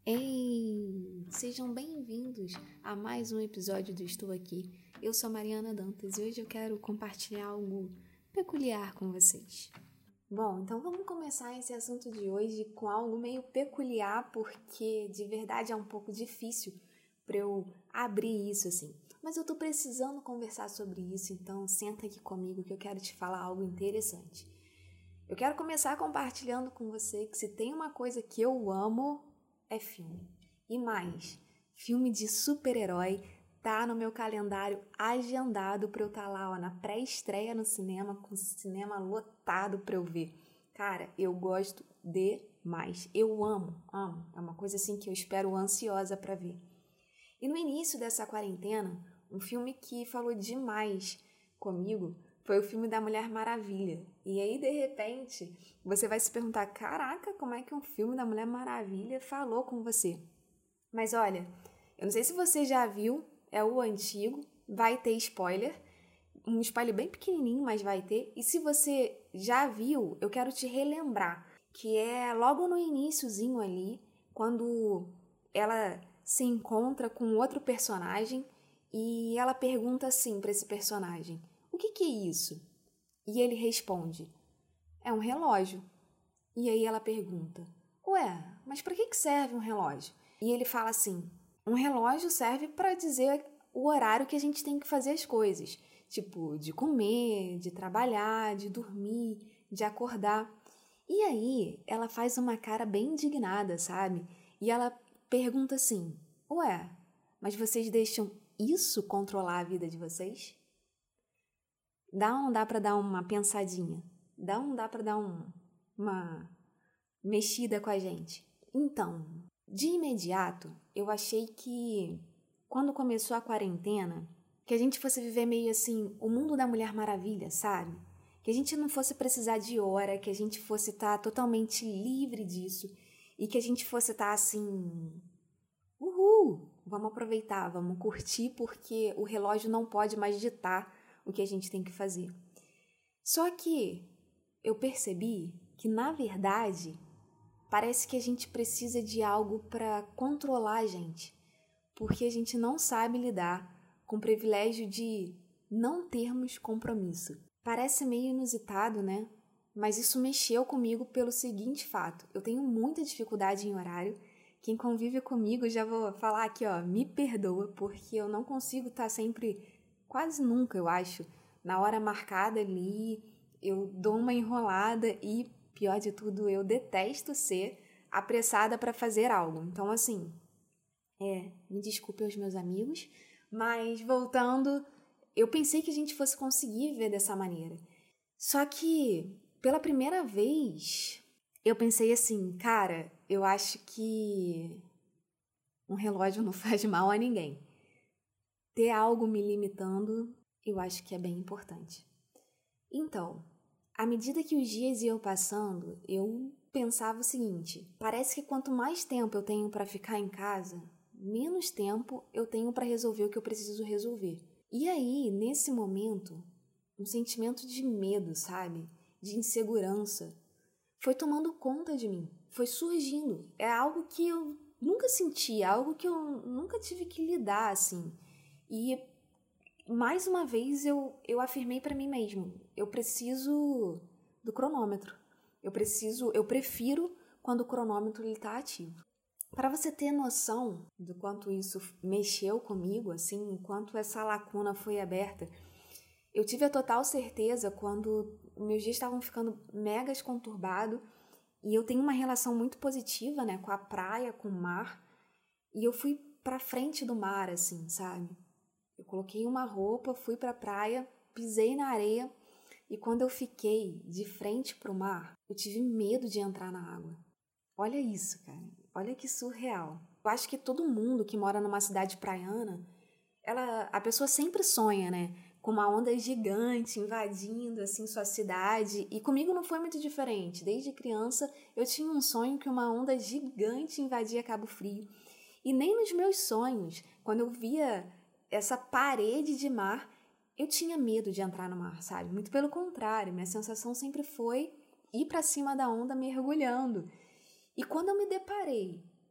Ei, sejam bem-vindos a mais um episódio do Estou Aqui. Eu sou a Mariana Dantas e hoje eu quero compartilhar algo peculiar com vocês. Bom, então vamos começar esse assunto de hoje com algo meio peculiar, porque de verdade é um pouco difícil para eu abrir isso assim. Mas eu tô precisando conversar sobre isso, então senta aqui comigo que eu quero te falar algo interessante. Eu quero começar compartilhando com você que se tem uma coisa que eu amo é filme. E mais, filme de super-herói tá no meu calendário agendado pra eu estar lá, ó, na pré-estreia no cinema, com o cinema lotado pra eu ver. Cara, eu gosto demais. Eu amo. É uma coisa assim que eu espero ansiosa pra ver. E no início dessa quarentena, um filme que falou demais comigo foi o filme da Mulher Maravilha. E aí, de repente, você vai se perguntar, caraca, como é que um filme da Mulher Maravilha falou com você? Mas olha, eu não sei se você já viu, é o antigo, vai ter spoiler, um spoiler bem pequenininho, mas vai ter. E se você já viu, eu quero te relembrar, que é logo no iniciozinho ali, quando ela se encontra com outro personagem e ela pergunta assim para esse personagem: o que é isso? E ele responde: é um relógio. E aí ela pergunta: ué, mas para que serve um relógio? E ele fala assim: um relógio serve para dizer o horário que a gente tem que fazer as coisas, tipo de comer, de trabalhar, de dormir, de acordar. E aí ela faz uma cara bem indignada, sabe? E ela pergunta assim: ué, mas vocês deixam isso controlar a vida de vocês? Dá ou não dá pra dar uma pensadinha? Dá ou não dá pra dar uma mexida com a gente? Então, de imediato, eu achei que quando começou a quarentena, que a gente fosse viver meio assim, o mundo da Mulher Maravilha, sabe? Que a gente não fosse precisar de hora, que a gente fosse estar totalmente livre disso e que a gente fosse estar assim, uhul, vamos aproveitar, vamos curtir porque o relógio não pode mais ditar o que a gente tem que fazer. Só que eu percebi que, na verdade, parece que a gente precisa de algo para controlar a gente, porque a gente não sabe lidar com o privilégio de não termos compromisso. Parece meio inusitado, né? Mas isso mexeu comigo pelo seguinte fato: eu tenho muita dificuldade em horário. Quem convive comigo, já vou falar aqui, ó, me perdoa, porque eu não consigo estar sempre, quase nunca, eu acho, na hora marcada ali. Eu dou uma enrolada e, pior de tudo, eu detesto ser apressada para fazer algo. Então, assim, me desculpe aos meus amigos, mas voltando, eu pensei que a gente fosse conseguir ver dessa maneira. Só que, pela primeira vez, eu pensei assim, cara, eu acho que um relógio não faz mal a ninguém. Ter algo me limitando, eu acho que é bem importante. Então, à medida que os dias iam passando, eu pensava o seguinte: parece que quanto mais tempo eu tenho para ficar em casa, menos tempo eu tenho para resolver o que eu preciso resolver. E aí, nesse momento, um sentimento de medo, sabe? De insegurança foi tomando conta de mim, foi surgindo. É algo que eu nunca senti, algo que eu nunca tive que lidar assim. E mais uma vez eu afirmei para mim mesmo: eu preciso do cronômetro. Eu prefiro quando o cronômetro está ativo. Para você ter noção do quanto isso mexeu comigo, assim, quanto essa lacuna foi aberta, eu tive a total certeza quando meus dias estavam ficando megas conturbados e eu tenho uma relação muito positiva, né, com a praia, com o mar, e eu fui pra frente do mar, assim, sabe? Eu coloquei uma roupa, fui pra praia, pisei na areia e quando eu fiquei de frente pro mar, eu tive medo de entrar na água. Olha isso, cara. Olha que surreal. Eu acho que todo mundo que mora numa cidade praiana, a pessoa sempre sonha, né? Com uma onda gigante invadindo, assim, sua cidade. E comigo não foi muito diferente. Desde criança, eu tinha um sonho que uma onda gigante invadia Cabo Frio. E nem nos meus sonhos, quando eu via essa parede de mar, eu tinha medo de entrar no mar, sabe? Muito pelo contrário, minha sensação sempre foi ir para cima da onda mergulhando. E quando eu me deparei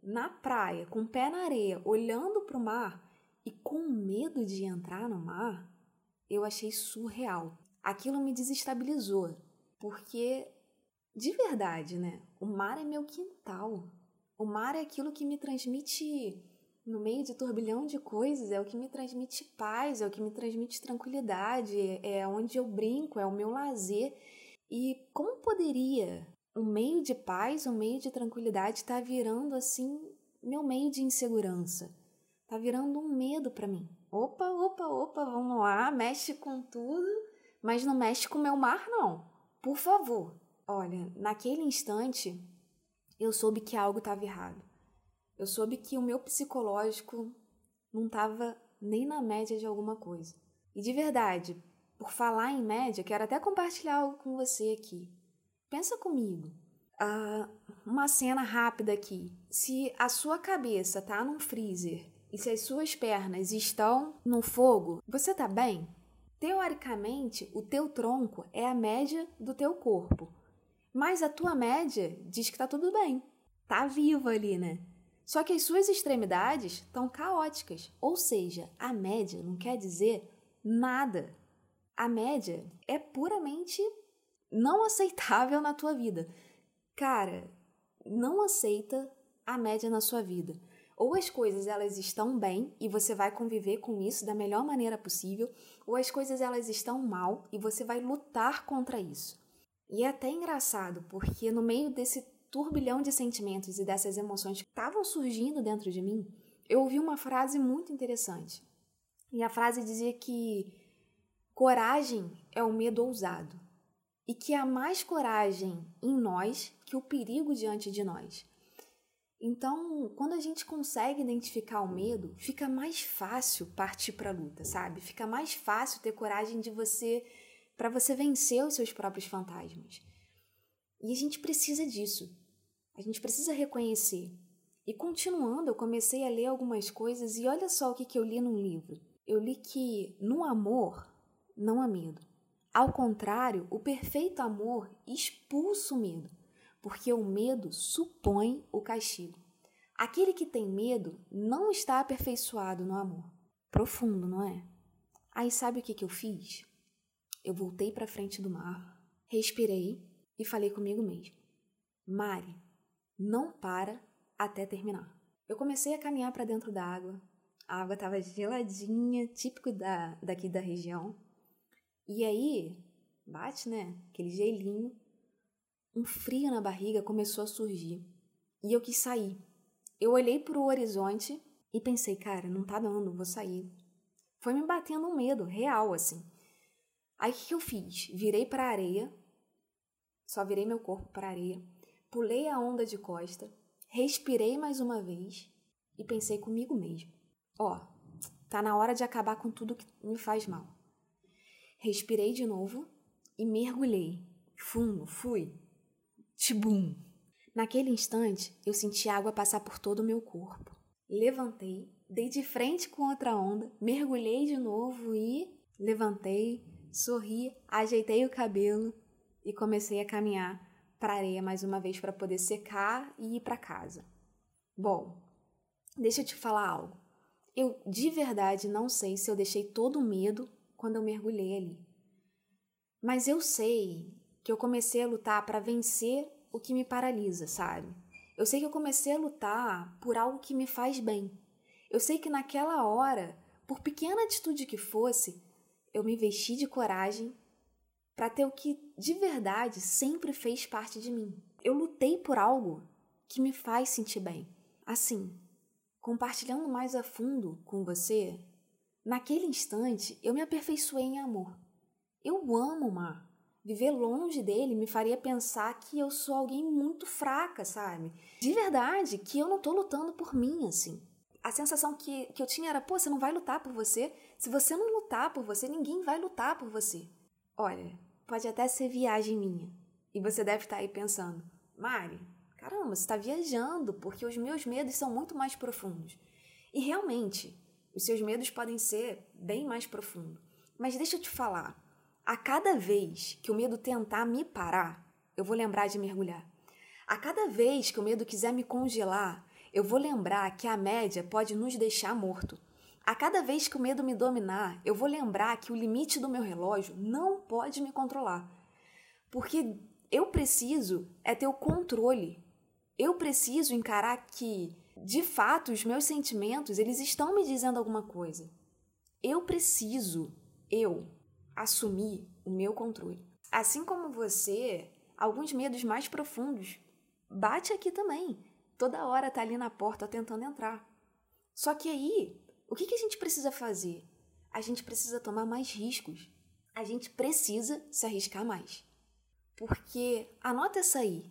na praia, com o pé na areia, olhando para o mar e com medo de entrar no mar, eu achei surreal. Aquilo me desestabilizou, porque, de verdade, né? O mar é meu quintal. O mar é aquilo que me transmite, no meio de turbilhão de coisas, é o que me transmite paz, é o que me transmite tranquilidade, é onde eu brinco, é o meu lazer. E como poderia um meio de paz, um meio de tranquilidade estar virando, assim, meu meio de insegurança? Tá virando um medo pra mim. Opa, vamos lá, mexe com tudo, mas não mexe com o meu mar, não. Por favor. Olha, naquele instante, eu soube que algo estava errado. Eu soube que o meu psicológico não estava nem na média de alguma coisa. E de verdade, por falar em média, quero até compartilhar algo com você aqui. Pensa comigo. Uma cena rápida aqui. Se a sua cabeça tá num freezer e se as suas pernas estão no fogo, você tá bem? Teoricamente, o teu tronco é a média do teu corpo. Mas a tua média diz que tá tudo bem. Tá vivo ali, né? Só que as suas extremidades estão caóticas. Ou seja, a média não quer dizer nada. A média é puramente não aceitável na tua vida. Cara, não aceita a média na sua vida. Ou as coisas elas estão bem e você vai conviver com isso da melhor maneira possível, ou as coisas elas estão mal e você vai lutar contra isso. E é até engraçado, porque no meio desse turbilhão de sentimentos e dessas emoções que estavam surgindo dentro de mim, eu ouvi uma frase muito interessante. E a frase dizia que coragem é o medo ousado e que há mais coragem em nós que o perigo diante de nós. Então, quando a gente consegue identificar o medo, fica mais fácil partir para a luta, sabe? Fica mais fácil ter coragem para você vencer os seus próprios fantasmas. E a gente precisa disso. A gente precisa reconhecer. E continuando, eu comecei a ler algumas coisas e olha só o que eu li num livro. Eu li que no amor não há medo. Ao contrário, o perfeito amor expulsa o medo, porque o medo supõe o castigo. Aquele que tem medo não está aperfeiçoado no amor. Profundo, não é? Aí sabe o que eu fiz? Eu voltei para frente do mar, respirei e falei comigo mesmo. Mari, não para até terminar. Eu comecei a caminhar para dentro da água. A água estava geladinha, típico daqui da região. E aí, bate, né? Aquele gelinho. Um frio na barriga começou a surgir. E eu quis sair. Eu olhei para o horizonte e pensei, cara, não tá dando, vou sair. Foi me batendo um medo real, assim. Aí o que eu fiz? Virei para a areia, só virei meu corpo para a areia, pulei a onda de costa, respirei mais uma vez e pensei comigo mesmo. Tá na hora de acabar com tudo que me faz mal. Respirei de novo e mergulhei. Fundo, fui. Tibum! Naquele instante, eu senti a água passar por todo o meu corpo. Levantei, dei de frente com outra onda, mergulhei de novo e levantei, sorri, ajeitei o cabelo e comecei a caminhar para a areia mais uma vez para poder secar e ir para casa. Bom, deixa eu te falar algo. Eu de verdade não sei se eu deixei todo o medo quando eu mergulhei ali. Mas eu sei que eu comecei a lutar para vencer o que me paralisa, sabe? Eu sei que eu comecei a lutar por algo que me faz bem. Eu sei que naquela hora, por pequena atitude que fosse, eu me vesti de coragem para ter o que de verdade sempre fez parte de mim. Eu lutei por algo que me faz sentir bem. Assim, compartilhando mais a fundo com você, naquele instante eu me aperfeiçoei em amor. Eu amo o mar. Viver longe dele me faria pensar que eu sou alguém muito fraca, sabe? De verdade, que eu não tô lutando por mim, assim. A sensação que eu tinha era, você não vai lutar por você? Se você não lutar por você, ninguém vai lutar por você. Olha, pode até ser viagem minha. E você deve estar aí pensando, Mari, caramba, você está viajando, porque os meus medos são muito mais profundos. E realmente, os seus medos podem ser bem mais profundos. Mas deixa eu te falar, a cada vez que o medo tentar me parar, eu vou lembrar de mergulhar. A cada vez que o medo quiser me congelar, Eu vou lembrar que a média pode nos deixar morto. A cada vez que o medo me dominar, eu vou lembrar que o limite do meu relógio não pode me controlar. Porque eu preciso ter o controle. Eu preciso encarar que, de fato, os meus sentimentos, eles estão me dizendo alguma coisa. Eu preciso, assumir o meu controle. Assim como você, alguns medos mais profundos bate aqui também. Toda hora tá ali na porta tentando entrar. Só que aí, o que a gente precisa fazer? A gente precisa tomar mais riscos. A gente precisa se arriscar mais. Porque, anota essa aí,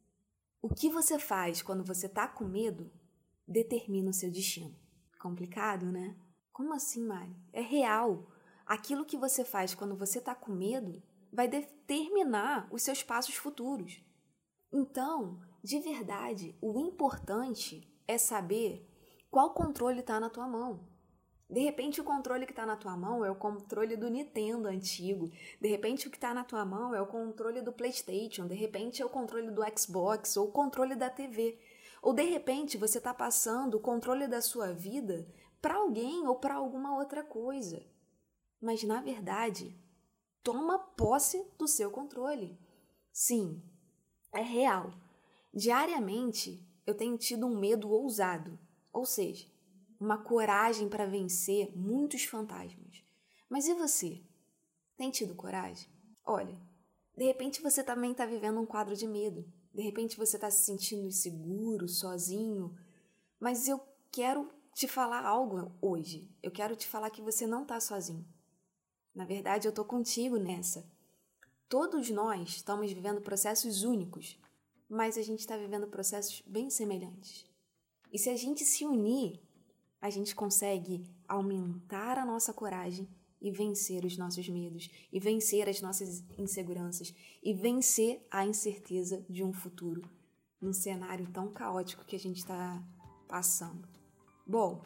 o que você faz quando você tá com medo determina o seu destino. Complicado, né? Como assim, Mari? É real. Aquilo que você faz quando você tá com medo vai determinar os seus passos futuros. Então, de verdade, o importante é saber qual controle está na tua mão. De repente, o controle que está na tua mão é o controle do Nintendo antigo. De repente, o que está na tua mão é o controle do PlayStation. De repente, é o controle do Xbox ou o controle da TV. Ou, de repente, você está passando o controle da sua vida para alguém ou para alguma outra coisa. Mas, na verdade, toma posse do seu controle. Sim, é real. Diariamente, eu tenho tido um medo ousado. Ou seja, uma coragem para vencer muitos fantasmas. Mas e você? Tem tido coragem? Olha, de repente você também está vivendo um quadro de medo. De repente você está se sentindo inseguro, sozinho. Mas eu quero te falar algo hoje. Eu quero te falar que você não está sozinho. Na verdade, eu estou contigo nessa. Todos nós estamos vivendo processos únicos, mas a gente está vivendo processos bem semelhantes. E se a gente se unir, a gente consegue aumentar a nossa coragem e vencer os nossos medos, e vencer as nossas inseguranças, e vencer a incerteza de um futuro num cenário tão caótico que a gente está passando. Bom,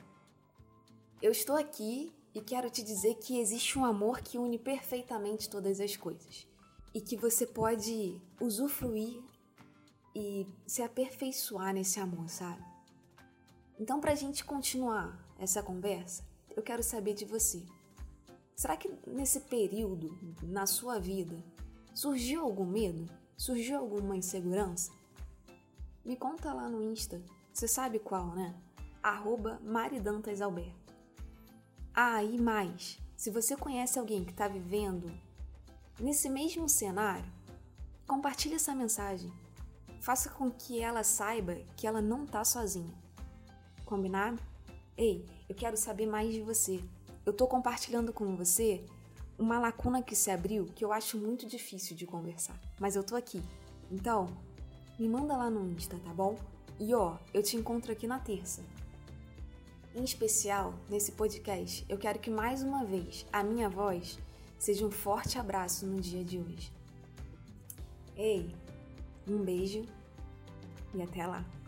eu estou aqui e quero te dizer que existe um amor que une perfeitamente todas as coisas e que você pode usufruir e se aperfeiçoar nesse amor, sabe? Então, pra gente continuar essa conversa, eu quero saber de você. Será que nesse período, na sua vida, surgiu algum medo? Surgiu alguma insegurança? Me conta lá no Insta. Você sabe qual, né? @maridantasalberto. Ah, e mais, se você conhece alguém que está vivendo nesse mesmo cenário, compartilhe essa mensagem. Faça com que ela saiba que ela não está sozinha. Combinado? Ei, eu quero saber mais de você. Eu tô compartilhando com você uma lacuna que se abriu que eu acho muito difícil de conversar. Mas eu tô aqui. Então, me manda lá no Insta, tá bom? E eu te encontro aqui na terça. Em especial, nesse podcast, eu quero que mais uma vez a minha voz seja um forte abraço no dia de hoje. Ei, um beijo e até lá!